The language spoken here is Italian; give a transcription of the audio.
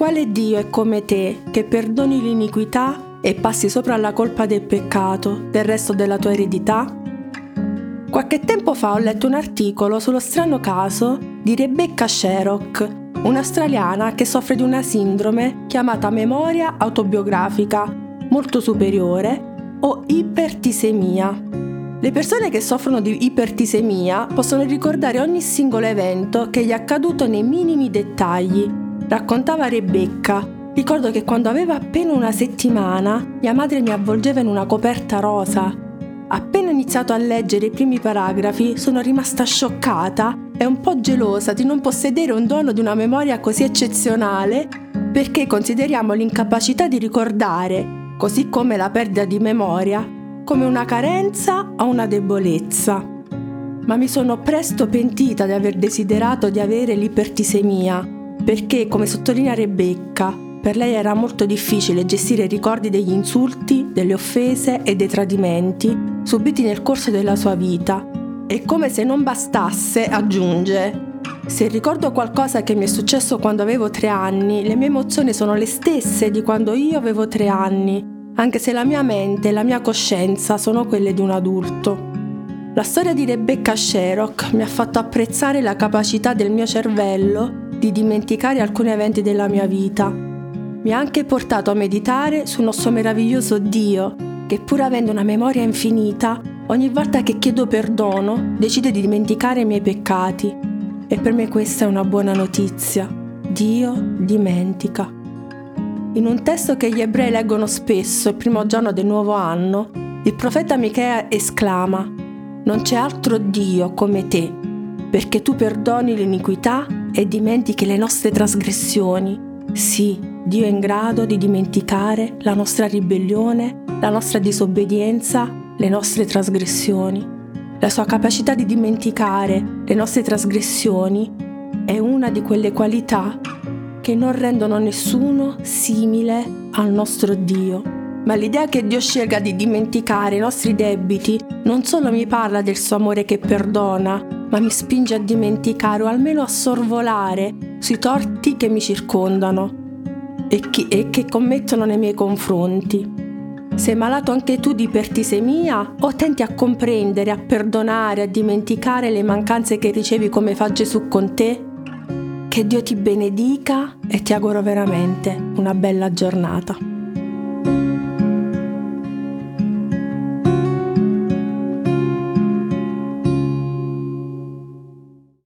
quale Dio è come te, che perdoni l'iniquità e passi sopra la colpa del peccato, del resto della tua eredità? Qualche tempo fa ho letto un articolo sullo strano caso di Rebecca Sherrock, un'australiana che soffre di una sindrome chiamata memoria autobiografica molto superiore o ipertisemia. Le persone che soffrono di ipertisemia possono ricordare ogni singolo evento che gli è accaduto nei minimi dettagli. Raccontava Rebecca: ricordo che quando avevo appena una settimana, mia madre mi avvolgeva in una coperta rosa. Appena iniziato a leggere i primi paragrafi, sono rimasta scioccata e un po' gelosa di non possedere un dono di una memoria così eccezionale, perché consideriamo l'incapacità di ricordare, così come la perdita di memoria, come una carenza o una debolezza. Ma mi sono presto pentita di aver desiderato di avere l'ipertisemia, perché, come sottolinea Rebecca, per lei era molto difficile gestire i ricordi degli insulti, delle offese e dei tradimenti subiti nel corso della sua vita. E come se non bastasse, aggiunge: se ricordo qualcosa che mi è successo quando avevo 3 anni, le mie emozioni sono le stesse di quando io avevo 3 anni, anche se la mia mente e la mia coscienza sono quelle di un adulto. La storia di Rebecca Sherrock mi ha fatto apprezzare la capacità del mio cervello di dimenticare alcuni eventi della mia vita. Mi ha anche portato a meditare sul nostro meraviglioso Dio, che pur avendo una memoria infinita, ogni volta che chiedo perdono, decide di dimenticare i miei peccati. E per me questa è una buona notizia. Dio dimentica. In un testo che gli ebrei leggono spesso il primo giorno del nuovo anno, il profeta Michea esclama: non c'è altro Dio come te, perché tu perdoni l'iniquità e dimentichi le nostre trasgressioni. Sì, Dio è in grado di dimenticare la nostra ribellione, la nostra disobbedienza, le nostre trasgressioni. La sua capacità di dimenticare le nostre trasgressioni è una di quelle qualità che non rendono nessuno simile al nostro Dio. Ma l'idea che Dio scelga di dimenticare i nostri debiti non solo mi parla del suo amore che perdona, ma mi spinge a dimenticare o almeno a sorvolare sui torti che mi circondano e che commettono nei miei confronti. Sei malato anche tu di ipertisemia o tenti a comprendere, a perdonare, a dimenticare le mancanze che ricevi come fa Gesù con te? Che Dio ti benedica e ti auguro veramente una bella giornata.